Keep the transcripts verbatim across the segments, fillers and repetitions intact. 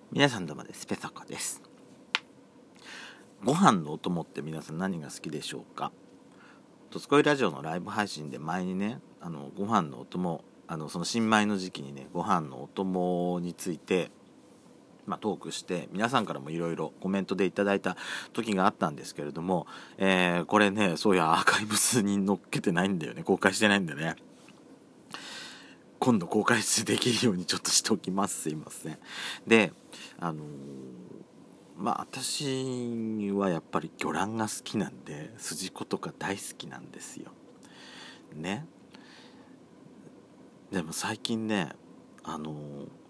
皆さんどうもです。ペソコです。ご飯のお供って皆さん何が好きでしょうか。ドスコイラジオのライブ配信で前にね、あのご飯のお供、あのその新米の時期にね、ご飯のお供について、まあ、トークして皆さんからもいろいろコメントでいただいた時があったんですけれども、えー、これね、そういうアーカイブスに載っけてないんだよね。公開してないんでね。今度公開できるようにちょっとしておきます。すいません。で、あのー、まあ私はやっぱり魚卵が好きなんで、筋子とか大好きなんですよ。ね。でも最近ね、あのー、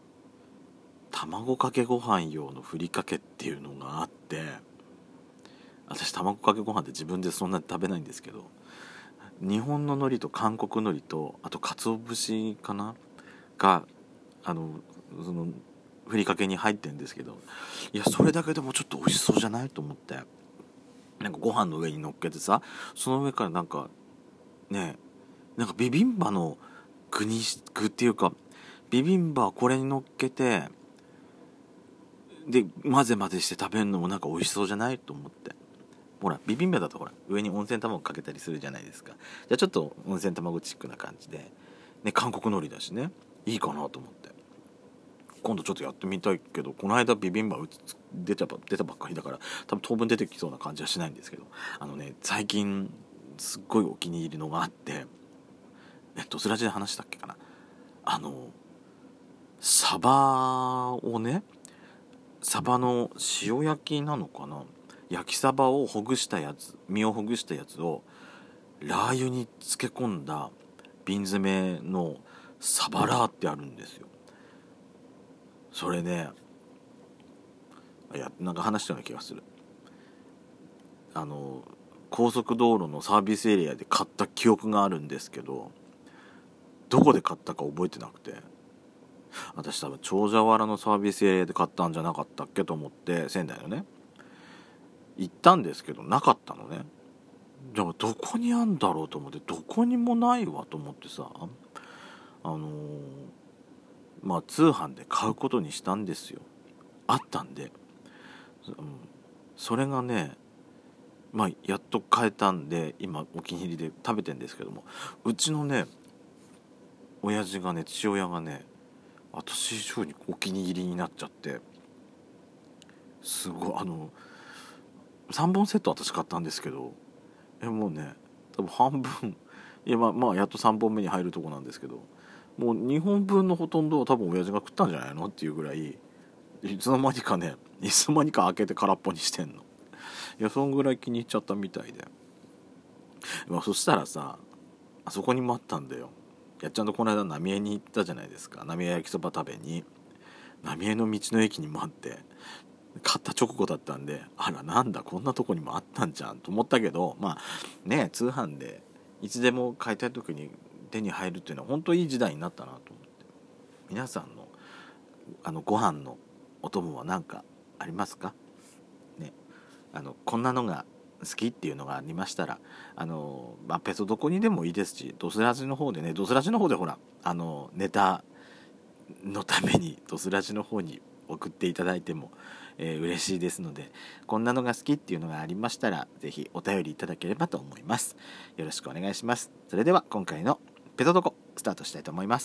卵かけご飯用のふりかけっていうのがあって、私卵かけご飯って自分でそんなに食べないんですけど、日本の海苔と韓国海苔とあと鰹節かながあのそのふりかけに入ってるんですけど、いやそれだけでもちょっと美味しそうじゃないと思って、なんかご飯の上に乗っけてさ、その上からなんかね、なんかビビンバの具に具っていうかビビンバこれに乗っけてで混ぜ混ぜして食べるのもなんか美味しそうじゃないと思って。ほらビビンバだとほら上に温泉卵かけたりするじゃないですか。じゃあちょっと温泉卵チックな感じで、ね、韓国海苔だしね、いいかなと思って今度ちょっとやってみたいけど、この間ビビンバ出たば出たばっかりだから多分当分出てきそうな感じはしないんですけど、あのね最近すっごいお気に入りのがあって、えっとスラジで話したっけかな、あのサバをね、サバの塩焼きなのかな、焼きサバをほぐしたやつ、身をほぐしたやつをラー油に漬け込んだ瓶詰めのサバラーってあるんですよ。それね、いやなんか話したような気がする。あの高速道路のサービスエリアで買った記憶があるんですけど、どこで買ったか覚えてなくて、私多分長者原のサービスエリアで買ったんじゃなかったっけと思って仙台のね行ったんですけど、なかったのね。じゃあどこにあんだろうと思って、どこにもないわと思ってさ、あのー、まあ通販で買うことにしたんですよ。あったんで、うん、それがね、まあやっと買えたんで今お気に入りで食べてんですけども、うちのね親父がね、父親がね、私以上にお気に入りになっちゃって、すごい、あのさんぼんセット私買ったんですけど、えもうね多分半分いやまあまあやっとさんぼんめに入るとこなんですけど、もうにほんぶんのほとんどは多分親父が食ったんじゃないのっていうぐらい、いつの間にかね、いつの間にか開けて空っぽにしてんの。いやそんぐらい気に入っちゃったみたいで、まあ、そしたらさ、あそこにもあったんだよ。やっちゃんとこの間浪江に行ったじゃないですか。浪江焼きそば食べに、浪江の道の駅にもあって、買った直後だったんで、あらなんだこんなとこにもあったんじゃんと思ったけど、まあね、通販でいつでも買いたい時に手に入るっていうのは本当いい時代になったなと思って。皆さんのあのご飯のお供は何かありますかね。あのこんなのが好きっていうのがありましたら、あの、まあ、ペソどこにでもいいですし、ドスラジの方でね、ドスラジの方でほらあのネタのためにドスラジの方に送っていただいても、えー、嬉しいですので、こんなのが好きっていうのがありましたらぜひお便りいただければと思います。よろしくお願いします。それでは今回のペソドコスタートしたいと思います。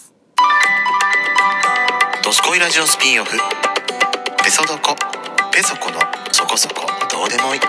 ドスコイラジオスピンオフ、ペソドコ、ペソコのそこそこどうでもいいこと。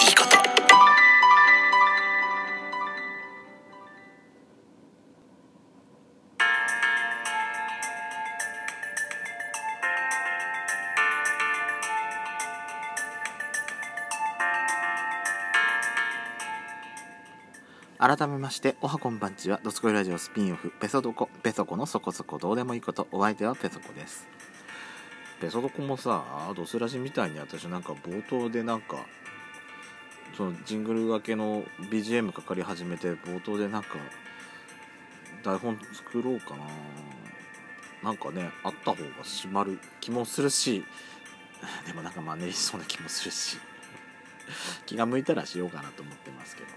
改めましておはこんばんちは。ドスコイラジオスピンオフペソドコ、ペソコのそこそこどうでもいいこと。お相手はペソコです。ペソドコもさ、ドスラジみたいに私なんか冒頭でなんかそのジングル分けの ビージーエム かかり始めて、冒頭でなんか台本作ろうかな、なんかねあった方が締まる気もするし、でもなんかマネりしそうな気もするし気が向いたらしようかなと思ってますけど、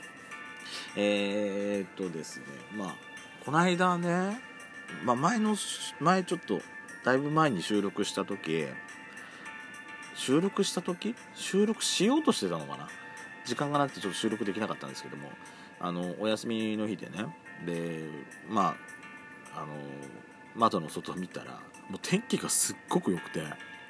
えー、っとですね、まあこの間ね、まあ、前の前ちょっとだいぶ前に収録した時、 収録した時収録しようとしてたのかな、時間がなくてちょっと収録できなかったんですけども、あのお休みの日でね、でまああの窓の外を見たらもう天気がすっごく良くて、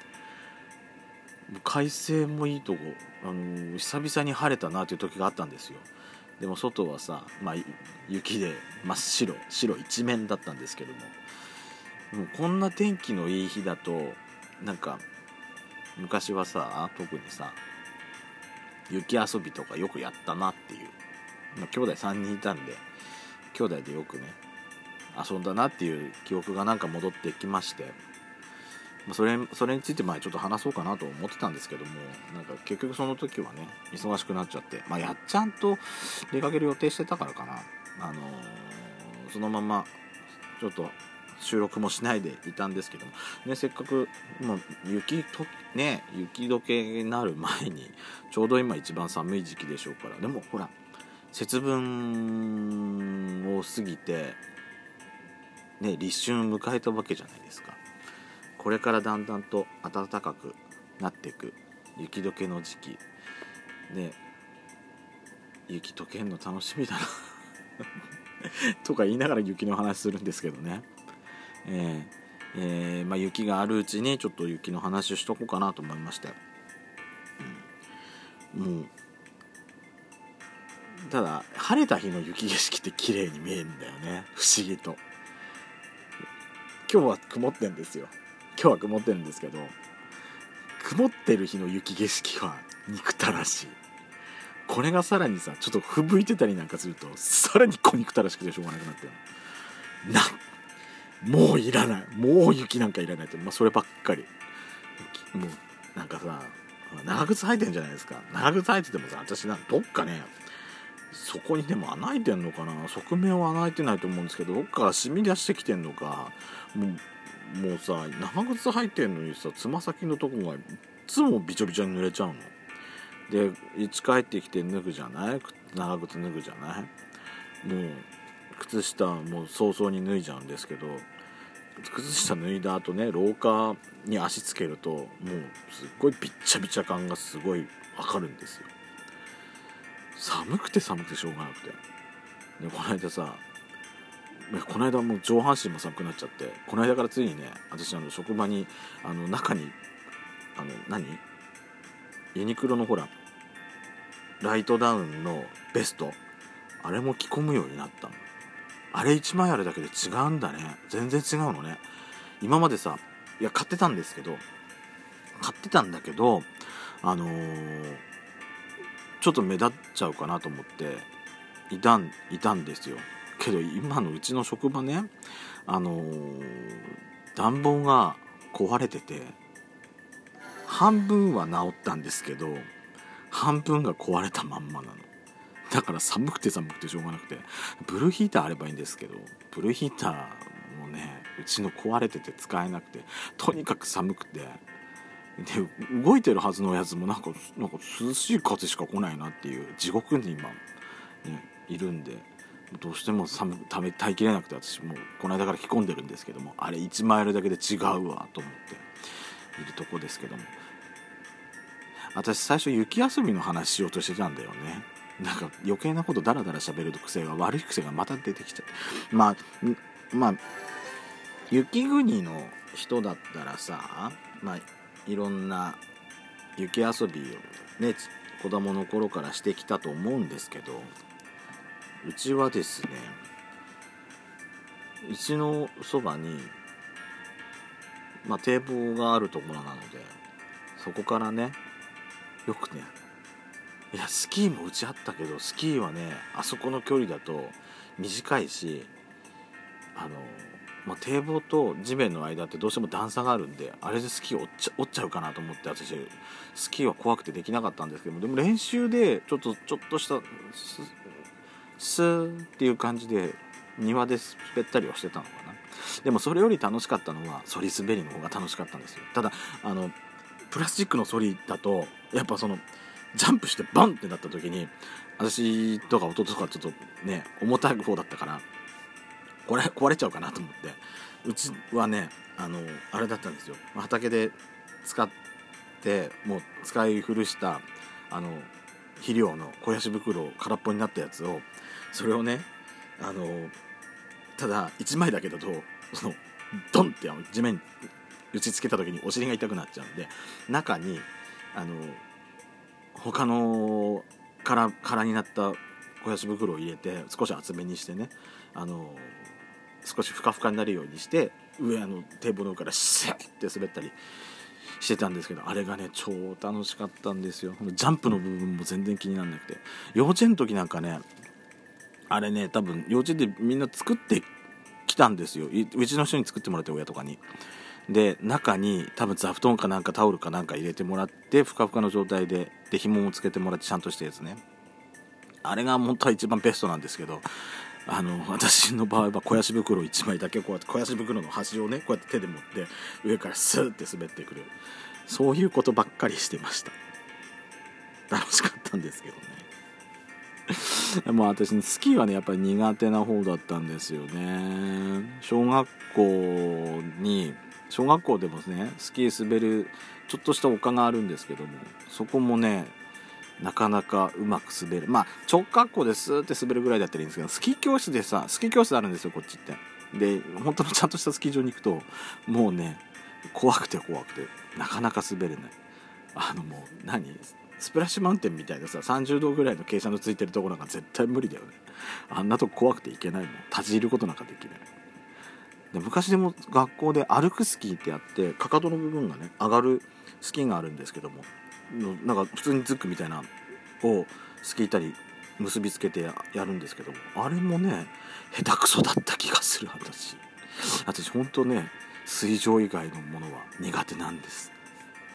快晴もいいとこ、あの久々に晴れたなという時があったんですよ。でも外はさ、まあ、雪で真っ白白一面だったんですけども、もうこんな天気のいい日だとなんか昔はさ、特にさ雪遊びとかよくやったなっていう、まあ、兄弟さんにんいたんで兄弟でよくね遊んだなっていう記憶がなんか戻ってきまして、それ、それについてまあちょっと話そうかなと思ってたんですけども、なんか結局その時はね忙しくなっちゃって、まあ、やっちゃんと出かける予定してたからかな、あのー、そのままちょっと収録もしないでいたんですけども、ね、せっかくもう雪と、ね、雪解けになる前にちょうど今一番寒い時期でしょうから、でもほら節分を過ぎて、ね、立春を迎えたわけじゃないですか。これからだんだんと暖かくなっていく雪解けの時期で、雪解けるの楽しみだなとか言いながら雪の話するんですけどね、えーえーまあ、雪があるうちにちょっと雪の話をしとこうかなと思いまして、うん、もうただ晴れた日の雪景色って綺麗に見えるんだよね、不思議と。今日は曇ってんですよ今日は曇ってるんですけど、曇ってる日の雪景色は憎たらしい。これがさらにさちょっと吹雪いてたりなんかするとさらに小憎たらしくてしょうがなくなってるな。もういらない、もう雪なんかいらないって、まあ、そればっかり。もうなんかさ長靴履いてんじゃないですか。長靴履いててもさ、私なんどっかねそこにでも穴開いてんのかな、側面は穴開いてないと思うんですけど、どっから染み出してきてんのか、もうもうさ長靴履いてんのにさつま先のとこがいつもびちょびちょに濡れちゃうので、家帰ってきて脱ぐじゃない、長靴脱ぐじゃない、もう靴下もう早々に脱いじゃうんですけど、靴下脱いだ後ね廊下に足つけるともうすっごいびっちゃびちゃ感がすごいわかるんですよ。寒くて寒くてしょうがなくて、でこの間さこの間もう上半身も寒くなっちゃって、この間からついにね私あの職場にあの中にあの何ユニクロのほらライトダウンのベスト、あれも着込むようになったの。あれいちまいあるだけで違うんだね、全然違うのね。今までさいや買ってたんですけど買ってたんだけどあのー、ちょっと目立っちゃうかなと思っていたんいたんですよ。けど今のうちの職場ね、あのー、暖房が壊れてて半分は治ったんですけど半分が壊れたまんまなの。だから寒くて寒くてしょうがなくて、ブルーヒーターあればいいんですけど、ブルーヒーターもねうちの壊れてて使えなくて、とにかく寒くて、で動いてるはずのやつもなんかなんか涼しい風しか来ないなっていう地獄に今、ね、いるんで、どうしても寒く耐えきれなくて、私もうこの間から着込んでるんですけども、あれいちまいあるだけで違うわと思っているとこですけども、私最初雪遊びの話しようとしてたんだよね。なんか余計なことダラダラ喋る癖が悪い癖がまた出てきちゃって、まあまあ雪国の人だったらさ、まあいろんな雪遊びをね子供の頃からしてきたと思うんですけど、うちはですねうちのそばに、まあ、堤防があるところなので、そこからねよくね、いやスキーもうちあったけどスキーはねあそこの距離だと短いし、あの、まあ、堤防と地面の間ってどうしても段差があるんで、あれでスキー折っちゃ、折っちゃうかなと思って私スキーは怖くてできなかったんですけども、でも練習でちょっとちょっとしたススーっていう感じで庭で滑ったりはしてたのかな。でもそれより楽しかったのはソリ滑りの方が楽しかったんですよ。ただあのプラスチックのソリだとやっぱそのジャンプしてバンってなった時に、私とか弟とかちょっとね重たい方だったからこれ壊れちゃうかなと思って、うちはねあのあれだったんですよ、畑で使っってもう使い古したあの肥料の肥やし袋空っぽになったやつを、それをねあのただいちまいだけだとそのドンって地面に打ちつけた時にお尻が痛くなっちゃうんで、中にあの他の空空になった肥やし袋を入れて少し厚めにしてね、あの少しふかふかになるようにして上あのテーブルの上からシャッって滑ったりしてたんですけど、あれがね超楽しかったんですよ。ジャンプの部分も全然気にならなくて、幼稚園の時なんかねあれね多分幼稚園でみんな作ってきたんですよ。うちの人に作ってもらって親とかに。で中に多分座布団かなんかタオルかなんか入れてもらってふかふかの状態でで紐もつけてもらってちゃんとしたやつね、あれが本当は一番ベストなんですけど、あの私の場合は肥やし袋いちまいだけこうやって肥やし袋の端をねこうやって手で持って上からスーって滑ってくる、そういうことばっかりしてました。楽しかったんですけどねでも私スキーはねやっぱり苦手な方だったんですよね。小学校に小学校でもねスキー滑るちょっとした丘があるんですけども、そこもねなかなかうまく滑る、まあ直滑降でスーって滑るぐらいだったらいいんですけど、スキー教室でさスキー教室あるんですよこっちって。で本当のちゃんとしたスキー場に行くともうね怖くて怖くてなかなか滑れない。あのもう何スプラッシュマウンテンみたいなささんじゅうどぐらいの傾斜のついてるところなんか絶対無理だよね。あんなとこ怖くて行けないもん、立ち入ることなんかできない。で昔でも学校で歩くスキーってやってかかとの部分がね上がるスキーがあるんですけども、なんか普通にズックみたいなをスキー板に結びつけて や, やるんですけども、あれもね下手くそだった気がする。私私本当ね水上以外のものは苦手なんです。